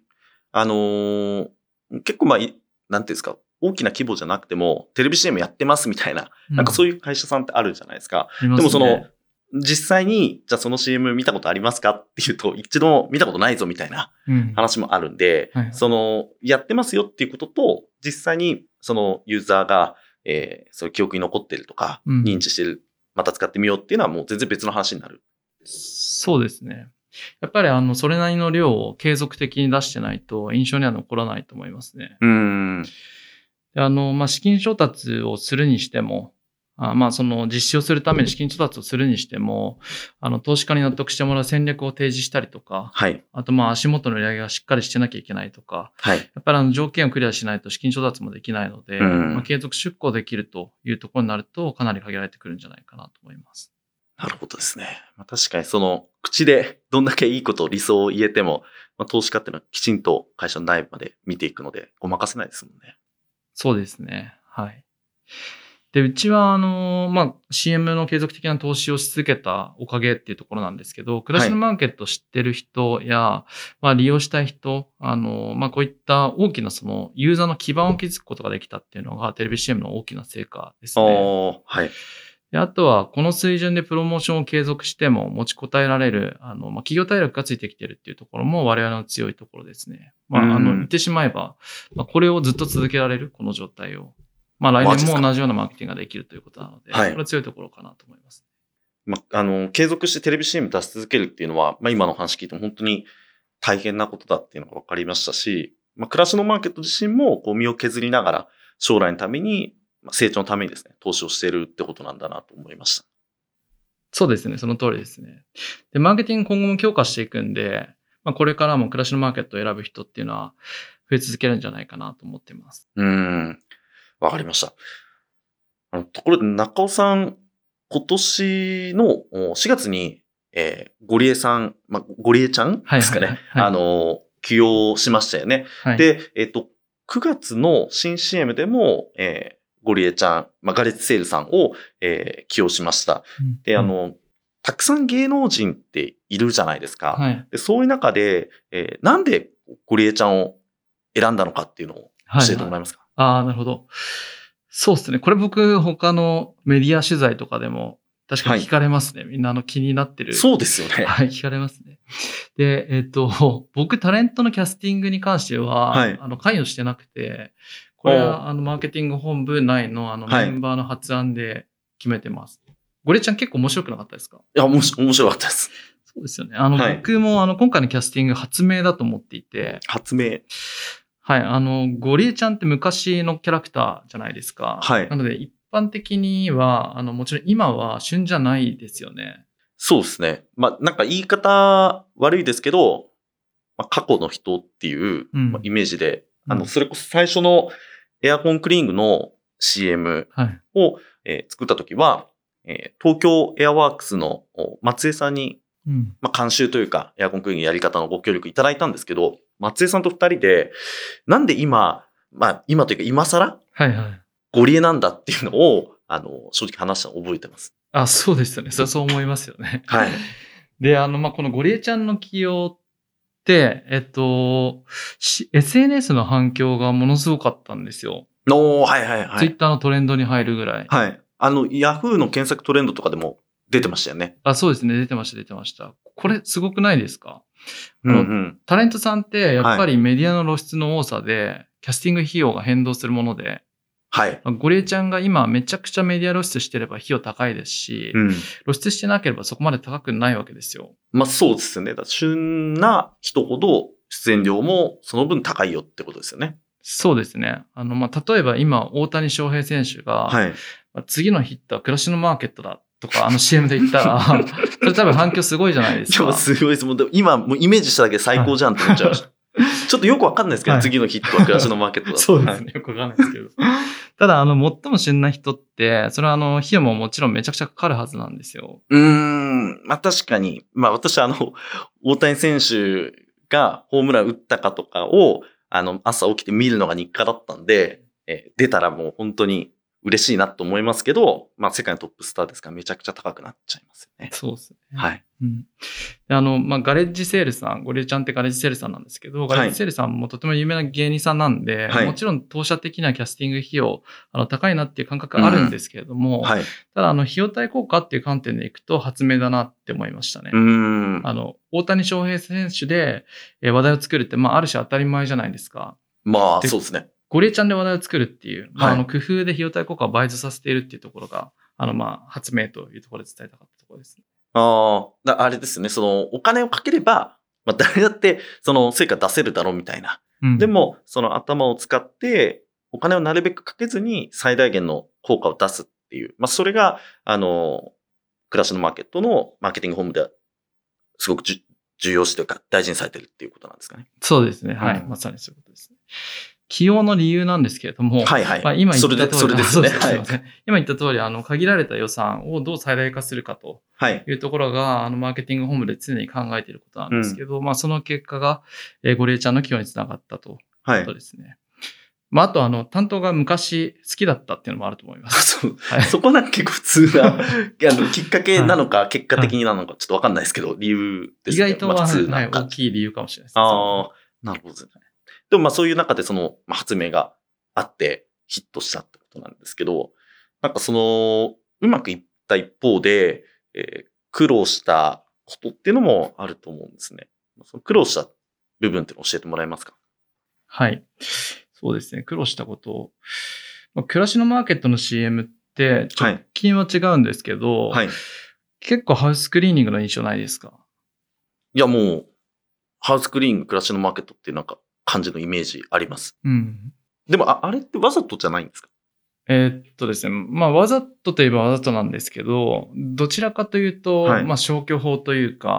結構なんていうんですか、大きな規模じゃなくても、テレビ CM やってますみたいな、なんかそういう会社さんってあるじゃないですか。 でも実際に、じゃあその CM 見たことありますかっていうと、一度も見たことないぞみたいな話もあるんで、やってますよっていうことと、実際にそのユーザーが、そういう記憶に残ってるとか、認知してる、また使ってみようっていうのはもう全然別の話になる。 そうですね。やっぱりそれなりの量を継続的に出してないと印象には残らないと思いますね。資金調達をするにしても、その実施をするために資金調達をするにしても、投資家に納得してもらう戦略を提示したりとか、あと足元の売り上げがしっかりしてなきゃいけないとか、やっぱり条件をクリアしないと資金調達もできないので、継続出向できるというところになるとかなり限られてくるんじゃないかなと思います。 なるほどですね。確かに口でどんだけいいこと、理想を言えても、投資家っていうのはきちんと会社の内部まで見ていくので、ごまかせないですもんね。 そうですね。はい。で、うちはCM の継続的な投資をし続けたおかげっていうところなんですけど、暮らしのマーケットを知ってる人や、利用したい人、こういった大きなユーザーの基盤を築くことができたっていうのがテレビ CM の大きな成果ですね。で、あとは、この水準でプロモーションを継続しても持ちこたえられる、企業体力がついてきてるっていうところも我々の強いところですね。言ってしまえば、これをずっと続けられる、この状態を。来年も同じようなマーケティングができるということなので、これは強いところかなと思います。 継続してテレビ CM 出し続けるっていうのは、今の話聞いても本当に大変なことだっていうのが分かりましたし、暮らしのマーケット自身も身を削りながら将来のために、成長のためにですね、投資をしているってことなんだなと思いました。 そうですね、その通りですね。で、マーケティング今後も強化していくんで、 これからも暮らしのマーケットを選ぶ人っていうのは増え続けるんじゃないかなと思っています。 わかりました。ところで中尾さん、今年の4月に、ゴリエさん、ゴリエちゃんですかね。起用しましたよね。 はい、 で、9月の新 CM でも、ゴリエちゃん、ガレッツセールさんを、起用しました。で、たくさん芸能人っているじゃないですか。 はい、 でそういう中で、なんでゴリエちゃんを選んだのかっていうのを教えてもらえますか？ なるほど。そうですね。これ僕、他のメディア取材とかでも確かに聞かれますね。みんな気になってる。 そうですよね。 はい、聞かれますね。で、僕、タレントのキャスティングに関しては、関与してなくて、これは、マーケティング本部内の、メンバーの発案で決めてます。ゴリちゃん結構面白くなかったですか？ いや、面白かったです。 そうですよね。僕も、今回のキャスティング発明だと思っていて。 発明。 はい。ゴリエちゃんって昔のキャラクターじゃないですか。 はい。 なので、一般的には、もちろん今は旬じゃないですよね。 そうですね。なんか言い方悪いですけど、過去の人っていう、イメージで、それこそ最初のエアコンクリーニングの CM を、作った時は、東京エアワークスの松江さんに、監修というか、エアコンクリーニングやり方のご協力いただいたんですけど、松江さんと二人で、なんで今というか今更、ゴリエなんだっていうのを、正直話したのを覚えてます。 そうですよね。そう思いますよね。 はい。 で、このゴリエちゃんの起用って、SNS の反響がものすごかったんですよ。Twitter のトレンドに入るぐらい。 はい。Yahoo の検索トレンドとかでも出てましたよね。 そうですね。出てました。これすごくないですか？タレントさんってやっぱりメディアの露出の多さで、キャスティング費用が変動するもので、 はい。 ゴリエちゃんが今めちゃくちゃメディア露出してれば費用高いですし、露出してなければそこまで高くないわけですよ。 そうですよね。旬な人ほど出演料もその分高いよってことですよね。 そうですね。例えば今、大谷翔平選手が、次のヒットは暮らしのマーケットだとか、CM で言ったら、それ多分反響すごいじゃないですか。 すごいです。今、もうイメージしただけで最高じゃんって思っちゃいました。ちょっとよくわかんないですけど、次のヒットは暮らしのマーケットだ。 そうですね。よくわかんないですけど。ただ、最も旬な人って、それは費用ももちろんめちゃくちゃかかるはずなんですよ。 確かに。私大谷選手がホームラン打ったかとかを、朝起きて見るのが日課だったんで、出たらもう本当に嬉しいなと思いますけど、世界のトップスターですからめちゃくちゃ高くなっちゃいますよね。 そうですね。 はい。 ガレッジセールさん、ゴリエちゃんってガレッジセールさんなんですけど、ガレッジセールさんもとても有名な芸人さんなんで、もちろん当社的なキャスティング費用、高いなっていう感覚あるんですけれども、ただ費用対効果っていう観点でいくと発明だなって思いましたね。大谷翔平選手で話題を作るって、ある種当たり前じゃないですか。 そうですね。 ゴリエちゃんで話題を作るっていう、工夫で費用対効果を倍増させているっていうところが、発明というところで伝えたかったところですね。 あれですね。お金をかければ、誰だって、成果出せるだろうみたいな。でも、頭を使って、お金をなるべくかけずに最大限の効果を出すっていう。それが、暮らしのマーケットのマーケティング本部では、すごく重要視というか、大事にされてるっていうことなんですかね。 そうですね。はい。まさにそういうことですね。起用の理由なんですけれども、今言った通り、 それですね。 今言った通り、限られた予算をどう最大化するかというところが、マーケティング本部で常に考えていることなんですけど、その結果が、ゴリエちゃんの起用につながったということですね。あと、担当が昔好きだったっていうのもあると思います。 そこなんか結構普通な、きっかけなのか、結果的になのか、ちょっとわかんないですけど、理由ですね。 意外とは、大きい理由かもしれないです。 なるほどですね。でもそういう中で発明があってヒットしたってことなんですけど、なんかうまくいった一方で、苦労したことっていうのもあると思うんですね。その苦労した部分っていうのを教えてもらえますか？ はい。そうですね。苦労したこと。暮らしのマーケットの CM って直近は違うんですけど、結構ハウスクリーニングの印象ないですか？ いやもう、ハウスクリーニング暮らしのマーケットっていうなんか感じのイメージあります。でもあれってわざとじゃないんですか？ ですね。わざとといえばわざとなんですけど、どちらかというと、消去法というか、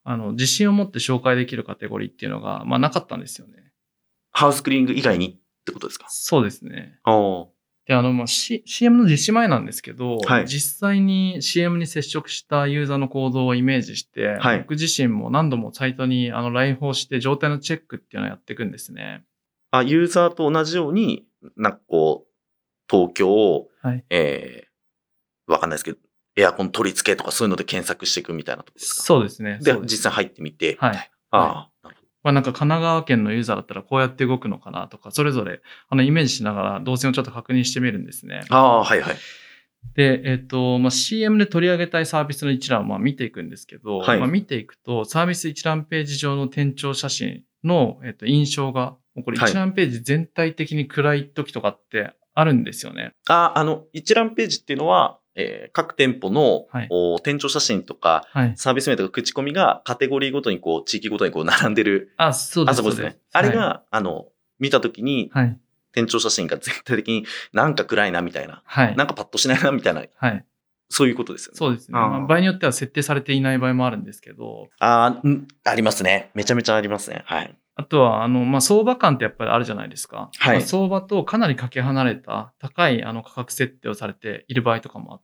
自信を持って紹介できるカテゴリーっていうのが、なかったんですよね。 ハウスクリーニング以外にってことですか？ そうですね。 おー。 で、CM の実施前なんですけど、 はい実際に CM に接触したユーザーの行動をイメージして、 はい僕自身も何度もサイトに来訪して状態のチェックっていうのをやっていくんですね。 ユーザーと同じように、なんかこう、東京、 はい。 わかんないですけど、エアコン取り付けとかそういうので検索していくみたいなところですか？ そうですね。 で、 そうです実際入ってみて、 はいみたいな。ああ、なるほど。 なんか神奈川県のユーザーだったらこうやって動くのかなとか、それぞれイメージしながら動線をちょっと確認してみるんですね。 はいはい。 で、CM で取り上げたいサービスの一覧を見ていくんですけど、 はい見ていくと、サービス一覧ページ上の店長写真の、印象が、もうこれはい一覧ページ全体的に暗い時とかってあるんですよね。 一覧ページっていうのは、各店舗の、 はい店長写真とか、 はい。 サービス名とか口コミがカテゴリーごとにこう、地域ごとにこう並んでる。 そうです。 そこですね。あれが、見たときに、 はい。 店長写真が全体的になんか暗いなみたいな、 はい。 なんかパッとしないなみたいな、 はい。 そういうことですよね。 そうですね。 あー場合によっては設定されていない場合もあるんですけど、 ありますね。めちゃめちゃありますね。はい。 あとは、相場感ってやっぱりあるじゃないですか。 はい相場とかなりかけ離れた高い価格設定をされている場合とかもあって、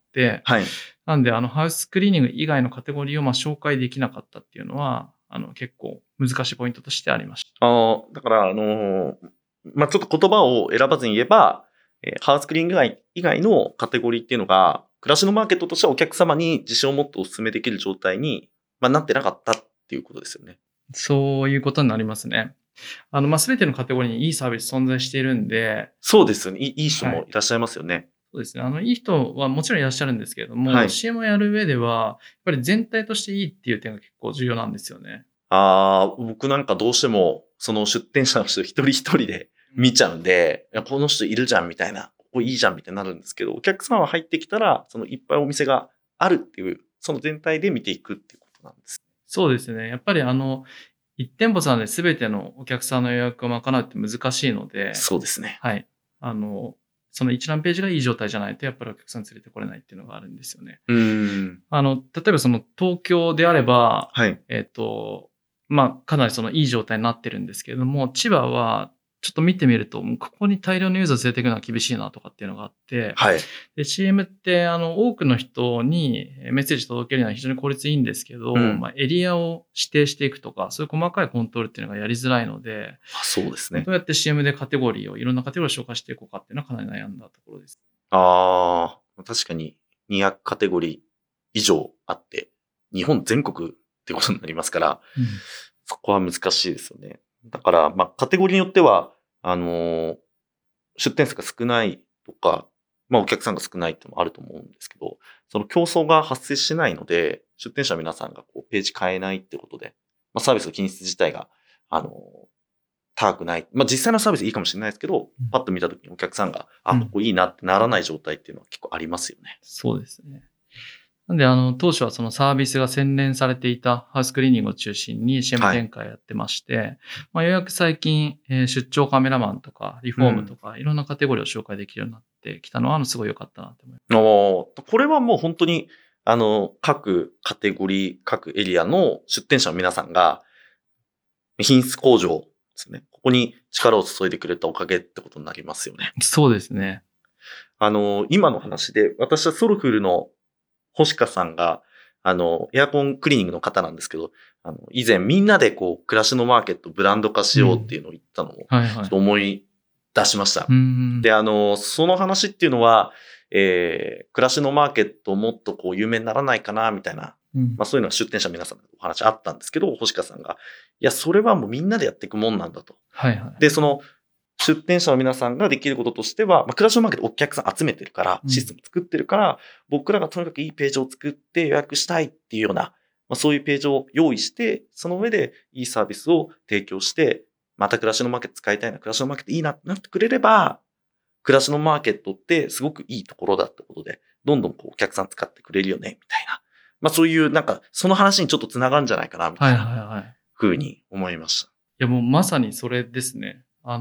はい。 なんで、ハウスクリーニング以外のカテゴリーを紹介できなかったっていうのは、結構難しいポイントとしてありました。 だから、ちょっと言葉を選ばずに言えば、ハウスクリーニング以外のカテゴリーっていうのが、暮らしのマーケットとしてはお客様に自信を持ってお勧めできる状態に、なってなかったっていうことですよね。 そういうことになりますね。すべてのカテゴリーにいいサービス存在しているんで、 そうですよね。いい人もいらっしゃいますよね。 そうですね。いい人はもちろんいらっしゃるんですけれども、 はい CM をやる上では、やっぱり全体としていいっていう点が結構重要なんですよね。 僕なんかどうしても、その出店者の人一人一人で見ちゃうんで、いやこの人いるじゃんみたいな、ここいいじゃんみたいになるんですけど、お客さんは入ってきたら、そのいっぱいお店があるっていう、その全体で見ていくっていうことなんです。 そうですね。やっぱり一店舗さんで全てのお客さんの予約を賄うって難しいので、 そうですね。 はい。その一覧ページがいい状態じゃないと、やっぱりお客さん連れてこれないっていうのがあるんですよね。例えばその東京であれば、 はい。 かなりそのいい状態になってるんですけれども、千葉はちょっと見てみると、もうここに大量のユーザー連れていくのは厳しいなとかっていうのがあって、 はい。 で、CM って多くの人にメッセージ届けるのは非常に効率いいんですけど、エリアを指定していくとか、そういう細かいコントロールっていうのがやりづらいので、 そうですね。 どうやって CM でカテゴリーを、いろんなカテゴリーを紹介していこうかっていうのはかなり悩んだところです。 確かに200カテゴリー以上あって、日本全国ってことになりますから、そこは難しいですよね。だから、カテゴリーによっては、出店数が少ないとか、お客さんが少ないってのもあると思うんですけど、その競争が発生しないので、出店者の皆さんがこうページ変えないってことで、サービスの品質自体が、高くない。実際のサービスいいかもしれないですけど、パッと見たときにお客さんが、ここいいなってならない状態っていうのは結構ありますよね。 そうですね。なんで、当初はそのサービスが洗練されていたハウスクリーニングを中心に CM 展開やってまして、ようやく最近、出張カメラマンとか、リフォームとか、いろんなカテゴリーを紹介できるようになってきたのは、すごい良かったなと思います。 これはもう本当に、各カテゴリー、各エリアの出店者の皆さんが、品質向上ですね。ここに力を注いでくれたおかげってことになりますよね。 そうですね。 今の話で、私はソルフルの星香さんが、エアコンクリーニングの方なんですけど、以前みんなでこう、暮らしのマーケットブランド化しようっていうのを言ったのを、ちょっと思い出しました。で、その話っていうのは、暮らしのマーケットもっとこう、有名にならないかな、みたいな、そういうのは出店者皆さんのお話あったんですけど、星香さんが、いや、それはもうみんなでやっていくもんなんだと。で、その、出店者の皆さんができることとしては、暮らしのマーケットお客さん集めてるから、システム作ってるから、僕らがとにかくいいページを作って予約したいっていうような、そういうページを用意して、その上でいいサービスを提供して、また暮らしのマーケット使いたいな、暮らしのマーケットいいなってなってくれれば、暮らしのマーケットってすごくいいところだってことで、どんどんこうお客さん使ってくれるよね、みたいな。そういうなんか、その話にちょっとつながるんじゃないかな、みたいなふうに思いました。 いや、もうまさにそれですね。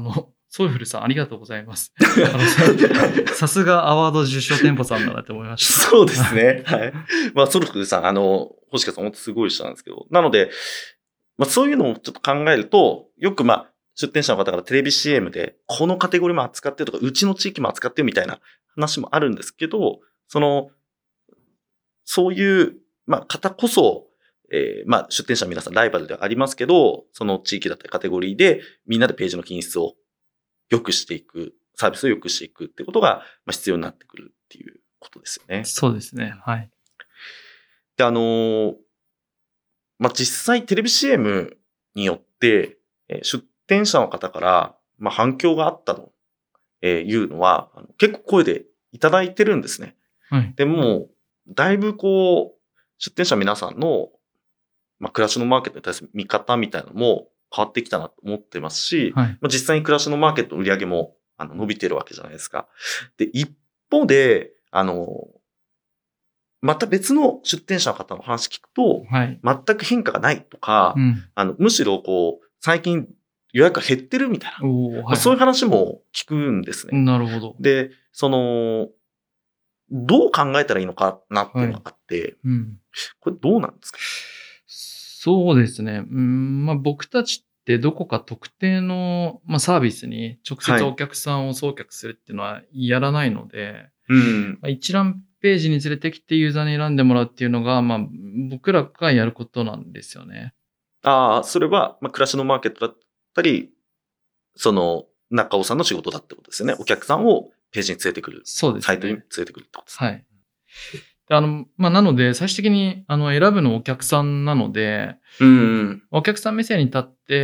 ソイフルさんありがとうございます。さすがアワード受賞店舗さんだなって思いました。 そうですね。はい。まあ、ソルフルさん、星川さん、本当すごい人なんですけど、なので、まあ、そういうのをちょっと考えると、よくまあ、出店者の方からテレビ CM で、このカテゴリーも扱ってるとか、うちの地域も扱ってるみたいな話もあるんですけど、そういう、まあ、方こそ、まあ、出店者の皆さんライバルではありますけど、その地域だったりカテゴリーで、みんなでページの品質を良くしていく、サービスを良くしていくってことが、まあ、必要になってくるっていうことですよね。 そうですね。はい。 で、まあ、実際テレビ CM によって、出店者の方から、まあ、反響があったというのは、結構声でいただいてるんですね。 はい。 でも、だいぶこう、出店者皆さんの、まあ、暮らしのマーケットに対する見方みたいなのも変わってきたなと思ってますし、 はい。 まあ、実際に暮らしのマーケットの売り上げも伸びてるわけじゃないですか。で、一方で、また別の出店者の方の話聞くと、 はい。 全く変化がないとか、むしろこう、最近予約が減ってるみたいな、まあ、そういう話も聞くんですね。 なるほど。 で、どう考えたらいいのかなっていうのがあって、これどうなんですか？ そうですね。まあ、僕たちってどこか特定の、まあ、サービスに直接お客さんを送客するっていうのはやらないので、まあ、一覧ページに連れてきてユーザーに選んでもらうっていうのが、まあ、僕らがやることなんですよね。 それは、まあ、暮らしのマーケットだったり、中尾さんの仕事だってことですよね。お客さんをページに連れてくる。 そうですね。 サイトに連れてくるってことですね。 はい。まあ、なので、最終的に、選ぶのお客さんなので、お客さん目線に立って、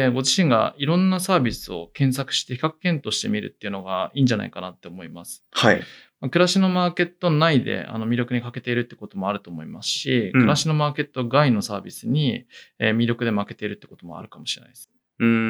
ご自身がいろんなサービスを検索して比較検討してみるっていうのがいいんじゃないかなって思います。 はい。 暮らしのマーケット内で魅力に欠けているってこともあると思いますし、暮らしのマーケット外のサービスに魅力で負けているってこともあるかもしれないです。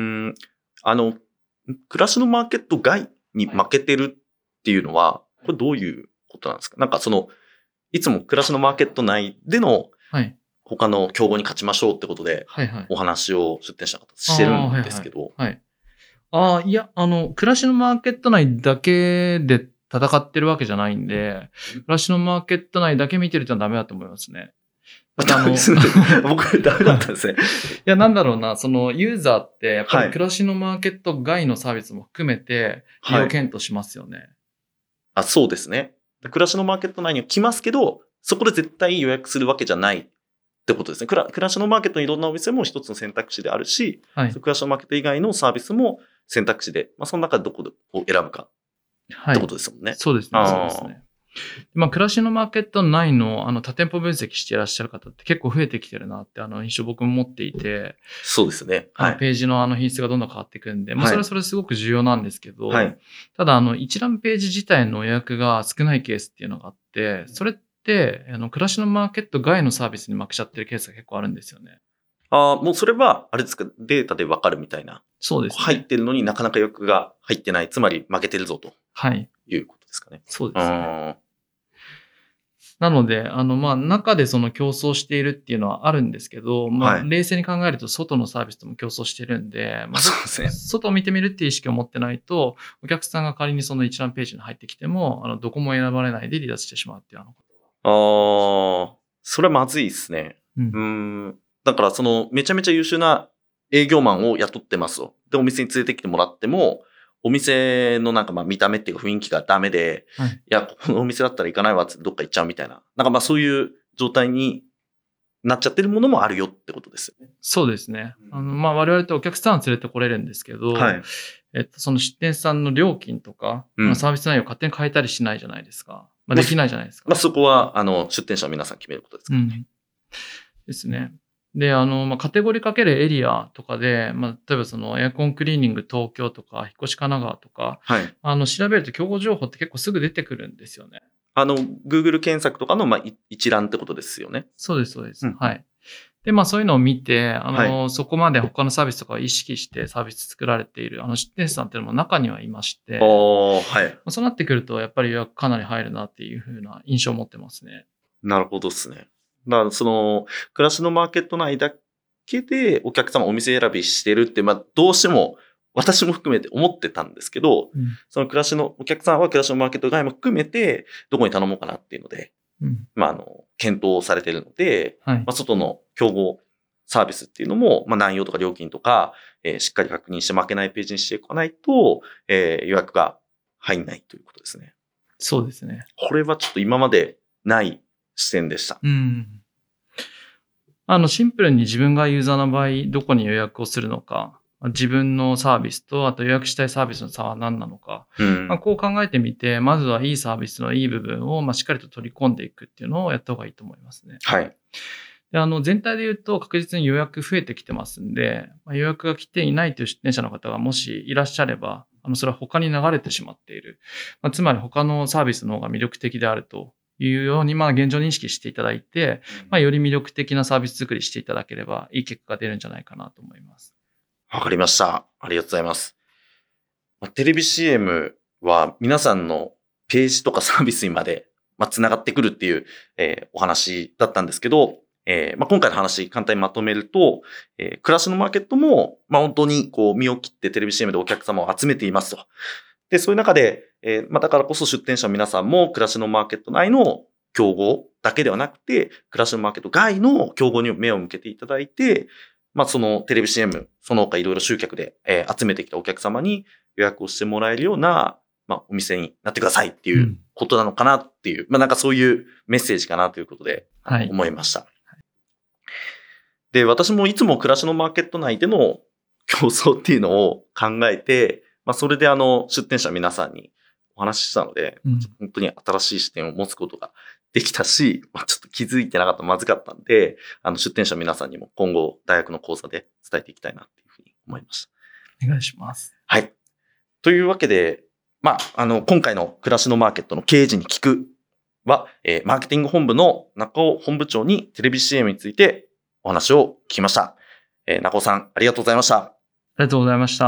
暮らしのマーケット外に負けてるっていうのは、これどういうことなんですか？なんかいつも暮らしのマーケット内での他の競合に勝ちましょうってことでお話を出店者の方してるんですけど。 いや、暮らしのマーケット内だけで戦ってるわけじゃないんで、暮らしのマーケット内だけ見てるとダメだと思いますね。 僕ダメだったんですね。 いや、なんだろうな、ユーザーってやっぱり暮らしのマーケット外のサービスも含めて利用検討しますよね。 そうですね。暮らしのマーケット内には来ますけど、そこで絶対予約するわけじゃないってことですね。暮らしのマーケットにいろんなお店も一つの選択肢であるし、暮らしのマーケット以外のサービスも選択肢で、まあ、その中でどこを選ぶかってことですもんね。 そうですね。そうですね。まあ、暮らしのマーケット内の多店舗分析していらっしゃる方って結構増えてきてるなって印象僕も持っていて。 そうですね。 ページの品質がどんどん変わっていくんで、まあ、それはそれすごく重要なんですけど、ただ一覧ページ自体の予約が少ないケースっていうのがあって、それって暮らしのマーケット外のサービスに負けちゃってるケースが結構あるんですよね。 もうそれは、あれですか、データでわかるみたいな。 そうですね。 入ってるのになかなか予約が入ってない。つまり負けてるぞと。いうことですかね。 そうですね。なので、まあ、中でその競争しているっていうのはあるんですけど、まあ、冷静に考えると外のサービスとも競争してるんで、まあ、 そうですね。 外を見てみるっていう意識を持ってないと、お客さんが仮にその一覧ページに入ってきても、どこも選ばれないで離脱してしまうっていうそれはまずいですね。だからめちゃめちゃ優秀な営業マンを雇ってますと。で、お店に連れてきてもらっても、お店のなんかまあ見た目っていうか雰囲気がダメで、いや、このお店だったら行かないわってどっか行っちゃうみたいな。なんかまあそういう状態になっちゃってるものもあるよってことですよね。 そうですね。まあ我々ってお客さんを連れてこれるんですけど、その出店さんの料金とか、サービス内容を勝手に変えたりしないじゃないですか。まあできないじゃないですか。 まあそこは、出店者は皆さん決めることですからね。 ですね。で、まあ、カテゴリーかけるエリアとかで、まあ、例えばそのエアコンクリーニング東京とか、引っ越し神奈川とか、調べると競合情報って結構すぐ出てくるんですよね。 Google 検索とかの、まあ、一覧ってことですよね。 そうです、そうです。で、まあそういうのを見て、そこまで他のサービスとかを意識してサービス作られている、出店者さんっていうのも中にはいまして、そうなってくると、やっぱり予約かなり入るなっていう風な印象を持ってますね。 なるほどですね。だから暮らしのマーケット内だけでお客様お店選びしてるって、まあどうしても私も含めて思ってたんですけど、そのお客さんは暮らしのマーケット外も含めて、どこに頼もうかなっていうので、検討されているので、外の競合サービスっていうのも、内容とか料金とか、しっかり確認して負けないページにしていかないと、予約が入んないということですね。 そうですね。 これはちょっと今までない視点でした。 シンプルに自分がユーザーの場合、どこに予約をするのか、自分のサービスと、あと予約したいサービスの差は何なのか、こう考えてみて、まずはいいサービスのいい部分を、しっかりと取り込んでいくっていうのをやった方がいいと思いますね。 はい。 で全体で言うと確実に予約増えてきてますんで、予約が来ていないという出店者の方がもしいらっしゃれば、それは他に流れてしまっている。つまり他のサービスの方が魅力的であるというように、現状認識していただいて、より魅力的なサービス作りしていただければ、いい結果が出るんじゃないかなと思います。 わかりました。ありがとうございます。テレビ CM は皆さんのページとかサービスにまで、つながってくるっていう、お話だったんですけど、今回の話簡単にまとめると、暮らしのマーケットも、本当に身を切ってテレビ CM でお客様を集めていますと。で、そういう中で、だからこそ出店者の皆さんも暮らしのマーケット内の競合だけではなくて、暮らしのマーケット外の競合に目を向けていただいて、そのテレビ CM、その他いろいろ集客で、集めてきたお客様に予約をしてもらえるような、お店になってくださいっていうことなのかなっていう、そういうメッセージかなということで、思いました。で、私もいつも暮らしのマーケット内での競争っていうのを考えて、それで出店者皆さんにお話ししたので、本当に新しい視点を持つことができたし、ちょっと気づいてなかったらまずかったんで、出店者皆さんにも今後大学の講座で伝えていきたいなっていうふうに思いました。 お願いします。 はい。というわけで、今回の暮らしのマーケットの経営陣に聞くは、マーケティング本部の中尾本部長にテレビ CM についてお話を聞きました。中尾さん、ありがとうございました。 ありがとうございました。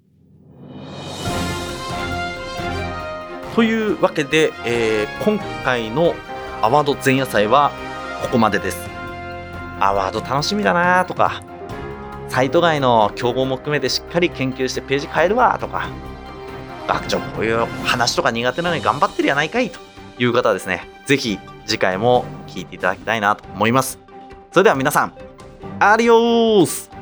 というわけで、今回のアワード前夜祭はここまでです。アワード楽しみだなとか、サイト外の競合も含めてしっかり研究してページ変えるわとか、学長こういう話とか苦手なのに頑張ってるやないかいという方はですね、ぜひ次回も聞いていただきたいなと思います。それでは皆さん、アディオース。